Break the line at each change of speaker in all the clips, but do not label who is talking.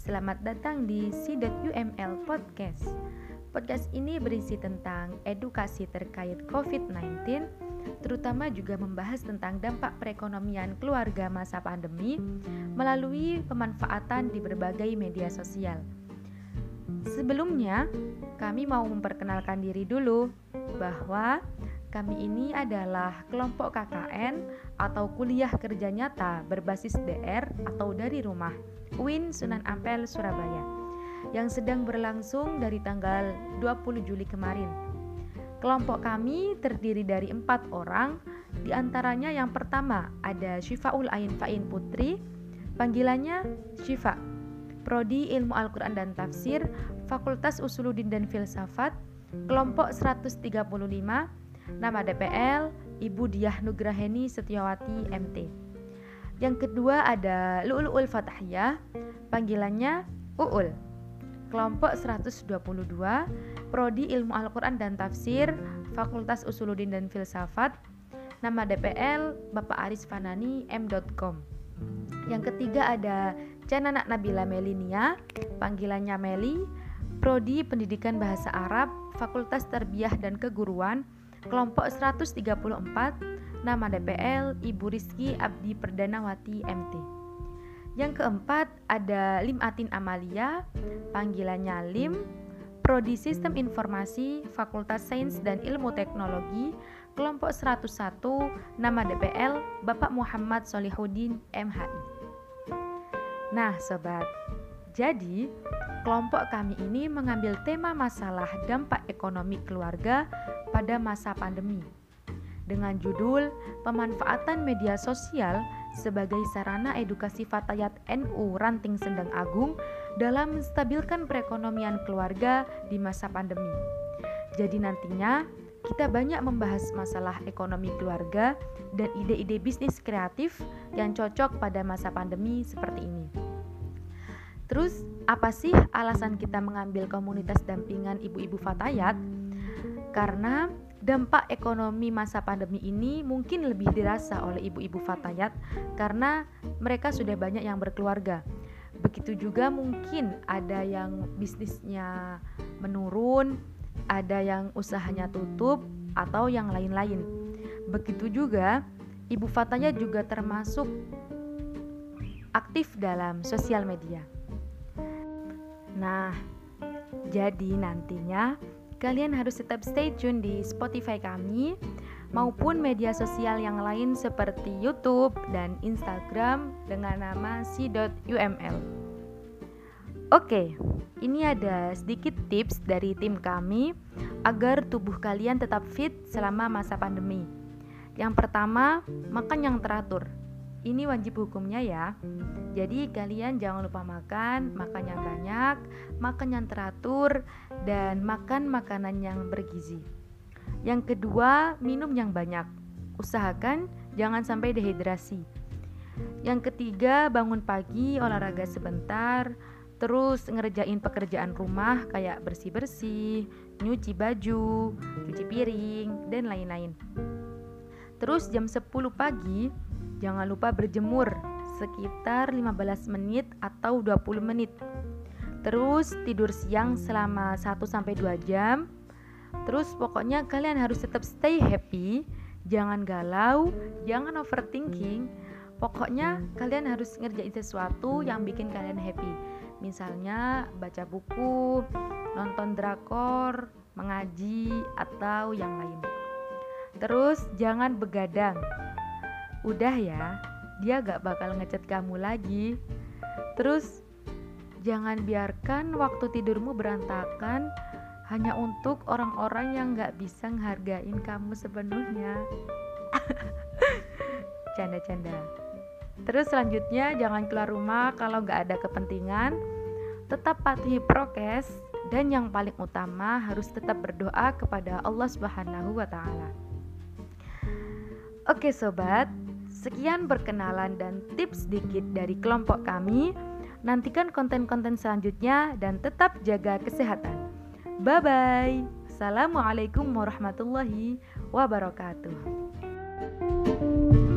Selamat datang di C.UML Podcast. Podcast ini berisi tentang edukasi terkait COVID-19, terutama juga membahas tentang dampak perekonomian keluarga masa pandemi melalui pemanfaatan di berbagai media sosial. Sebelumnya, kami mau memperkenalkan diri dulu bahwa kami ini adalah kelompok KKN atau kuliah kerja nyata berbasis DR atau dari rumah UIN Sunan Ampel, Surabaya yang sedang berlangsung dari tanggal 20 Juli kemarin. Kelompok kami terdiri dari 4 orang, diantaranya yang pertama ada Syifaul Ain Fain Putri, panggilannya Syifa, Prodi Ilmu Al-Quran dan Tafsir, Fakultas Usuluddin dan Filsafat, kelompok 135, nama DPL Ibu Diah Nugraheni Setiawati MT. Yang kedua ada Lu'lu'ul Fatahiyah, panggilannya Uul, kelompok 122, Prodi Ilmu Al-Quran dan Tafsir, Fakultas Usuluddin dan Filsafat, nama DPL Bapak Aris Fanani M.com. Yang ketiga ada Cananak Nabila Melinia, panggilannya Meli, Prodi Pendidikan Bahasa Arab, Fakultas Tarbiyah dan Keguruan, kelompok 134, nama DPL Ibu Rizky Abdi Perdanawati MT. Yang keempat ada Lim Atin Amalia, panggilannya Lim, Prodi Sistem Informasi, Fakultas Sains dan Ilmu Teknologi, kelompok 101, nama DPL Bapak Muhammad Solihuddin MHI. Nah sobat, jadi kelompok kami ini mengambil tema masalah dampak ekonomi keluarga pada masa pandemi dengan judul pemanfaatan media sosial sebagai sarana edukasi Fatayat NU Ranting Sendang Agung dalam menstabilkan perekonomian keluarga di masa pandemi. Jadi nantinya kita banyak membahas masalah ekonomi keluarga dan ide-ide bisnis kreatif yang cocok pada masa pandemi seperti ini. Terus, apa sih alasan kita mengambil komunitas dampingan ibu-ibu Fatayat? Karena dampak ekonomi masa pandemi ini mungkin lebih dirasa oleh ibu-ibu Fatayat karena mereka sudah banyak yang berkeluarga. Begitu juga mungkin ada yang bisnisnya menurun, ada yang usahanya tutup, atau yang lain-lain. Begitu juga ibu Fatayat juga termasuk aktif dalam sosial media. Nah, jadi nantinya kalian harus tetap stay tune di Spotify kami maupun media sosial yang lain seperti YouTube dan Instagram dengan nama C.UML. Oke, ini ada sedikit tips dari tim kami agar tubuh kalian tetap fit selama masa pandemi. Yang pertama, makan yang teratur. Ini wajib hukumnya ya. Jadi kalian jangan lupa makan yang banyak, makan yang teratur, dan makan makanan yang bergizi. Yang kedua, minum yang banyak. Usahakan jangan sampai dehidrasi. Yang ketiga, bangun pagi, olahraga sebentar, terus ngerjain pekerjaan rumah kayak bersih-bersih, nyuci baju, cuci piring, dan lain-lain. Terus jam 10 pagi, jangan lupa berjemur sekitar 15 menit atau 20 menit. Terus tidur siang selama 1-2 jam. Terus pokoknya kalian harus tetap stay happy, jangan galau, jangan overthinking. Pokoknya kalian harus ngerjain sesuatu yang bikin kalian happy. Misalnya baca buku, nonton drakor, mengaji, atau yang lain. Terus jangan begadang. Udah ya, dia gak bakal ngechat kamu lagi. Terus jangan biarkan waktu tidurmu berantakan hanya untuk orang-orang yang gak bisa ngehargain kamu sepenuhnya. Canda-canda. Terus selanjutnya jangan keluar rumah kalau gak ada kepentingan. Tetap patuhi prokes. Dan yang paling utama harus tetap berdoa kepada Allah Subhanahu wa Ta'ala. Oke sobat, sekian perkenalan dan tips sedikit dari kelompok kami. Nantikan konten-konten selanjutnya dan tetap jaga kesehatan. Bye-bye. Assalamualaikum warahmatullahi wabarakatuh.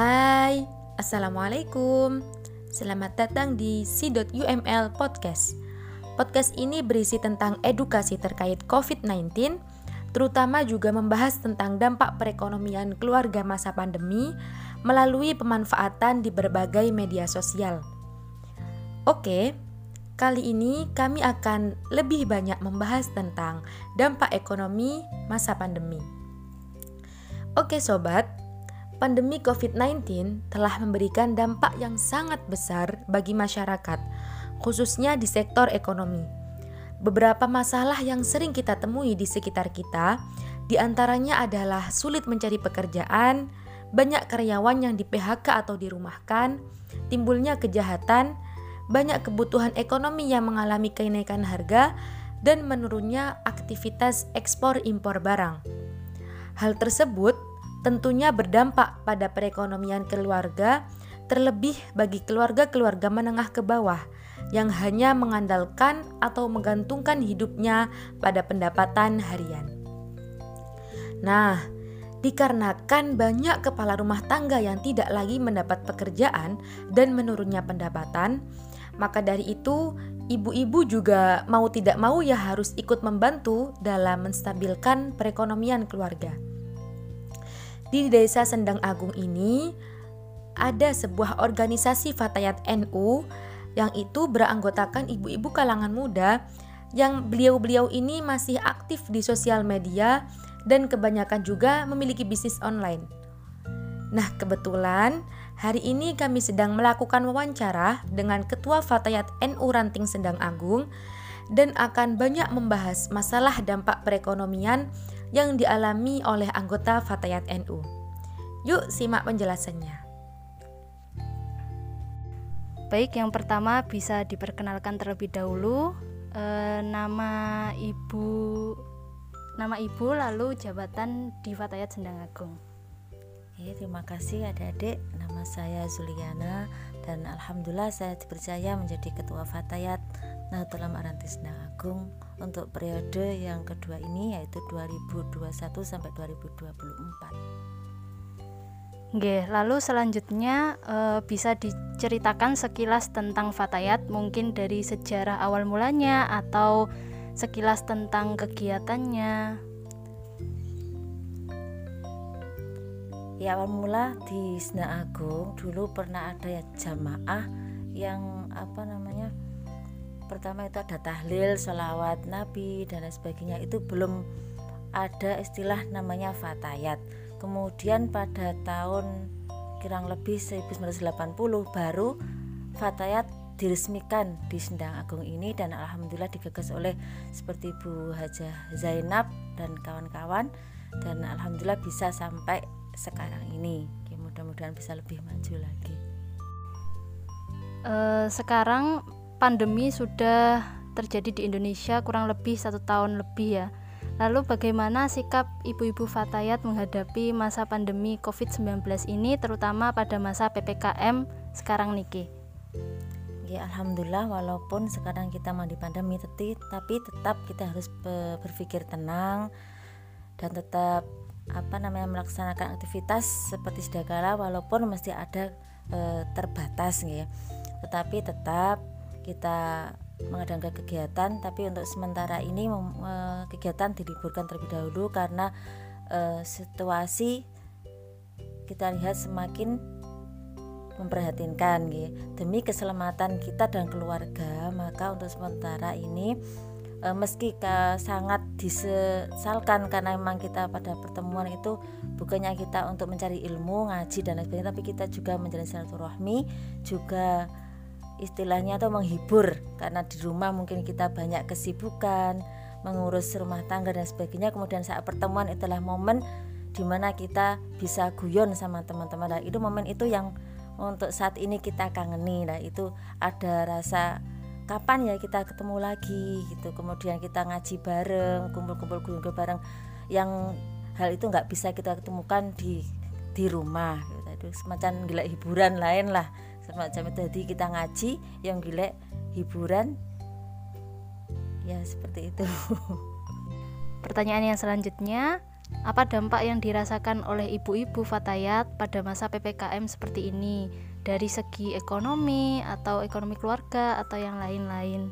Hai, Assalamualaikum. Selamat datang di C.UML Podcast. Podcast ini berisi tentang edukasi terkait COVID-19, terutama juga membahas tentang dampak perekonomian keluarga masa pandemi melalui pemanfaatan di berbagai media sosial. Oke, kali ini kami akan lebih banyak membahas tentang dampak ekonomi masa pandemi. Oke sobat, pandemi COVID-19 telah memberikan dampak yang sangat besar bagi masyarakat, khususnya di sektor ekonomi. Beberapa masalah yang sering kita temui di sekitar kita, diantaranya adalah sulit mencari pekerjaan, banyak karyawan yang di-PHK atau dirumahkan, timbulnya kejahatan, banyak kebutuhan ekonomi yang mengalami kenaikan harga, dan menurunnya aktivitas ekspor-impor barang. Hal tersebut tentunya berdampak pada perekonomian keluarga, terlebih bagi keluarga-keluarga menengah ke bawah yang hanya mengandalkan atau menggantungkan hidupnya pada pendapatan harian. Nah, dikarenakan banyak kepala rumah tangga yang tidak lagi mendapat pekerjaan dan menurunnya pendapatan, maka dari itu ibu-ibu juga mau tidak mau ya harus ikut membantu dalam menstabilkan perekonomian keluarga. Di Desa Sendang Agung ini ada sebuah organisasi Fatayat NU yang itu beranggotakan ibu-ibu kalangan muda yang beliau-beliau ini masih aktif di sosial media dan kebanyakan juga memiliki bisnis online. Nah, kebetulan hari ini kami sedang melakukan wawancara dengan Ketua Fatayat NU Ranting Sendang Agung dan akan banyak membahas masalah dampak perekonomian yang dialami oleh anggota Fatayat NU. Yuk simak penjelasannya.
Baik, yang pertama bisa diperkenalkan terlebih dahulu nama ibu lalu jabatan di Fatayat Sendang Agung.
Terima kasih adik-adik, nama saya Zuliana dan alhamdulillah saya dipercaya menjadi Ketua Fatayat Nahdlatul Ulama Ranting Sendang Agung untuk periode yang kedua ini, yaitu 2021 sampai 2024.
Oke, lalu selanjutnya bisa diceritakan sekilas tentang Fatayat, mungkin dari sejarah awal mulanya atau sekilas tentang kegiatannya.
Ya, awal mula di Sendang Agung dulu pernah ada ya jamaah yang pertama itu ada tahlil, sholawat Nabi dan lain sebagainya. Itu belum ada istilah namanya Fatayat. Kemudian pada tahun kurang lebih 1980 baru Fatayat diresmikan di Sendang Agung ini, dan alhamdulillah digagas oleh seperti Bu Hajah Zainab dan kawan-kawan, dan alhamdulillah bisa sampai sekarang ini. Mudah-mudahan bisa lebih maju lagi.
Sekarang pandemi sudah terjadi di Indonesia kurang lebih 1 tahun lebih ya. Lalu bagaimana sikap ibu-ibu Fatayat menghadapi masa pandemi COVID-19 ini, terutama pada masa PPKM sekarang niki?
Ya, alhamdulillah walaupun sekarang kita mau di pandemi tapi tetap kita harus berpikir tenang dan tetap melaksanakan aktivitas seperti sedia kala, walaupun mesti ada terbatas ya. Tetapi tetap kita mengadakan kegiatan, tapi untuk sementara ini kegiatan diliburkan terlebih dahulu karena situasi kita lihat semakin memprihatinkan ya. Demi keselamatan kita dan keluarga, maka untuk sementara ini meski sangat disesalkan karena memang kita pada pertemuan itu bukannya kita untuk mencari ilmu, ngaji dan lain sebagainya, tapi kita juga menjalin silaturahmi, juga istilahnya atau menghibur, karena di rumah mungkin kita banyak kesibukan mengurus rumah tangga dan sebagainya. Kemudian saat pertemuan itulah momen dimana kita bisa guyon sama teman-teman. Nah, itu momen itu yang untuk saat ini kita kangeni. Nah, itu ada rasa kapan ya kita ketemu lagi gitu. Kemudian kita ngaji bareng, kumpul-kumpul guyon bareng, yang hal itu nggak bisa kita ketemukan di rumah gitu. Itu semacam gila hiburan lain lah semacam itu. Jadi kita ngaji yang gila hiburan ya, seperti itu.
Pertanyaan yang selanjutnya, Apa dampak yang dirasakan oleh ibu-ibu Fatayat pada masa PPKM seperti ini, dari segi ekonomi atau ekonomi keluarga atau yang lain-lain?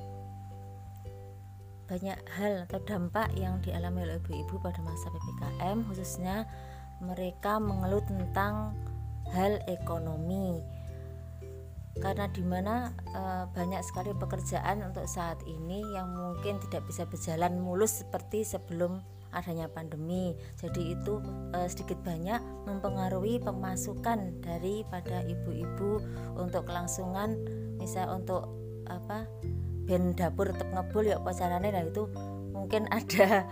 Banyak hal atau dampak yang dialami oleh ibu-ibu pada masa PPKM, khususnya mereka mengeluh tentang hal ekonomi, karena dimana banyak sekali pekerjaan untuk saat ini yang mungkin tidak bisa berjalan mulus seperti sebelum adanya pandemi. Jadi itu sedikit banyak mempengaruhi pemasukan daripada ibu-ibu untuk kelangsungan, misal untuk ben dapur tetap ngebul ya apa caranya. Nah itu mungkin ada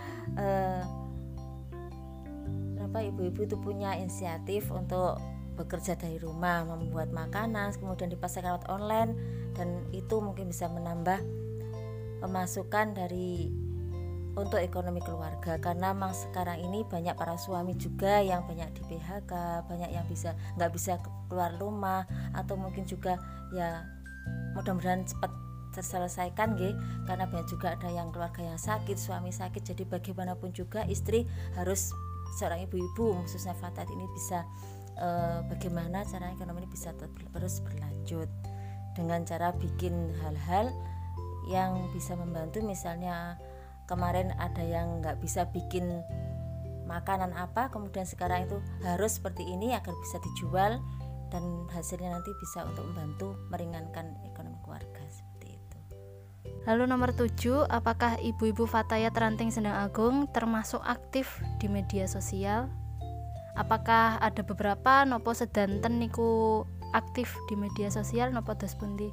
ibu-ibu itu punya inisiatif untuk bekerja dari rumah, membuat makanan, kemudian dipasarkan lewat online, dan itu mungkin bisa menambah pemasukan untuk ekonomi keluarga. Karena memang sekarang ini banyak para suami juga yang banyak di PHK, banyak yang nggak bisa keluar rumah, atau mungkin juga ya mudah-mudahan cepat terselesaikan karena banyak juga ada yang keluarga yang sakit, suami sakit. Jadi bagaimanapun juga istri harus, seorang ibu-ibu khususnya Fatayat ini bisa bagaimana cara ekonomi ini bisa terus berlanjut dengan cara bikin hal-hal yang bisa membantu. Misalnya kemarin ada yang nggak bisa bikin makanan apa, kemudian sekarang itu harus seperti ini agar bisa dijual dan hasilnya nanti bisa untuk membantu meringankan ekonomi keluarga, seperti itu.
Lalu nomor 7, apakah ibu-ibu Fatayat Ranting Sendang Agung termasuk aktif di media sosial? Apakah ada beberapa nopo sedanten niku aktif di media sosial nopo dos pundi?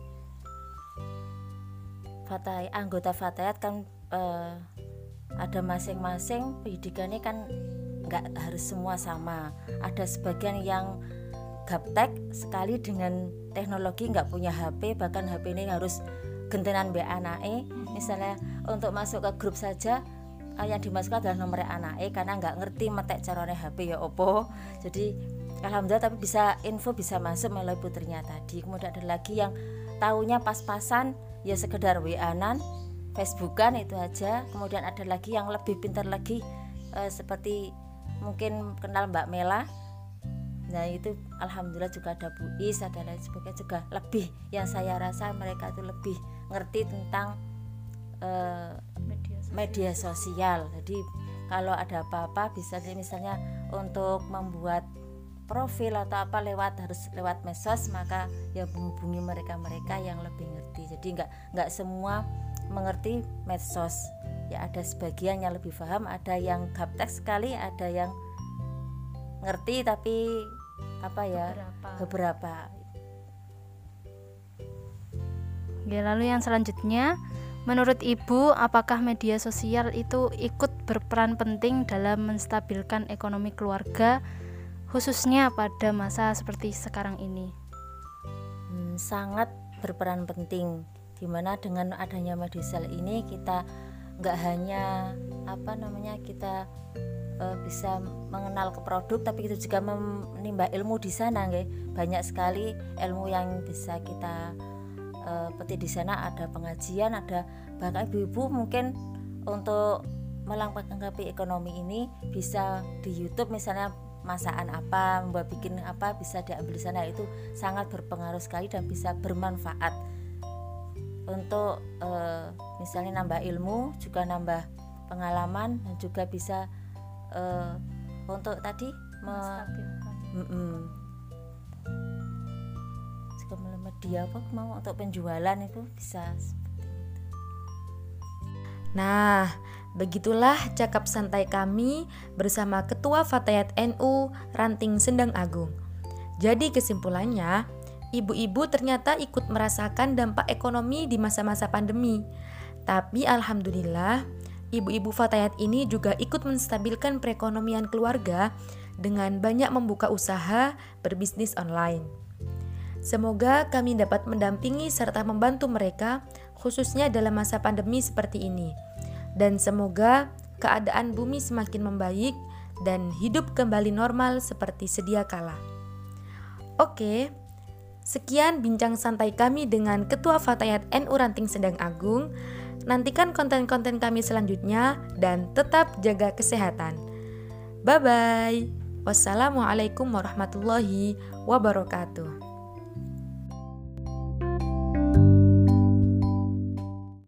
Anggota Fatayat kan ada masing-masing pendidikannya kan nggak harus semua sama. Ada sebagian yang gaptek sekali dengan teknologi, nggak punya HP, bahkan HP ini harus gentenan be anake. Misalnya untuk masuk ke grup saja yang dimasukkan adalah nomor anake karena nggak ngerti metek carane HP ya opo. Jadi alhamdulillah tapi info bisa masuk melalui putrinya tadi. Kemudian ada lagi yang taunya pas-pasan ya sekedar WA-an, Facebookan itu aja. Kemudian ada lagi yang lebih pintar lagi seperti mungkin kenal Mbak Mela. Nah itu alhamdulillah juga ada Bu Is, ada lain sebagainya juga lebih, yang saya rasa mereka itu lebih ngerti tentang media sosial. Jadi kalau ada apa-apa bisa misalnya untuk membuat profil atau apa harus lewat medsos, maka ya menghubungi mereka yang lebih ngerti. Jadi nggak semua mengerti medsos, ya ada sebagian yang lebih paham, ada yang gaptek sekali, ada yang ngerti tapi beberapa.
Oke, lalu yang selanjutnya, menurut Ibu, apakah media sosial itu ikut berperan penting dalam menstabilkan ekonomi keluarga, khususnya pada masa seperti sekarang ini?
Sangat berperan penting, dimana dengan adanya media sosial ini kita nggak hanya kita bisa mengenal ke produk, tapi kita juga menimba ilmu di sana, banyak sekali ilmu yang bisa kita petik di sana. Ada pengajian, ada bahkan ibu-ibu mungkin untuk melengkapi ekonomi ini bisa di YouTube misalnya masakan apa, membuat bikin apa bisa diambil di sana. Itu sangat berpengaruh sekali dan bisa bermanfaat untuk misalnya nambah ilmu, juga nambah pengalaman, dan juga bisa untuk tadi juga media mau untuk penjualan itu bisa seperti itu.
Nah, begitulah cakap santai kami bersama Ketua Fatayat NU Ranting Sendang Agung. Jadi kesimpulannya, ibu-ibu ternyata ikut merasakan dampak ekonomi di masa-masa pandemi. Tapi alhamdulillah, ibu-ibu Fatayat ini juga ikut menstabilkan perekonomian keluarga dengan banyak membuka usaha berbisnis online. Semoga kami dapat mendampingi serta membantu mereka khususnya dalam masa pandemi seperti ini. Dan semoga keadaan bumi semakin membaik dan hidup kembali normal seperti sedia kala. Oke, sekian bincang santai kami dengan Ketua Fatayat NU Ranting Sendang Agung. Nantikan konten-konten kami selanjutnya dan tetap jaga kesehatan. Bye bye. Wassalamualaikum warahmatullahi wabarakatuh.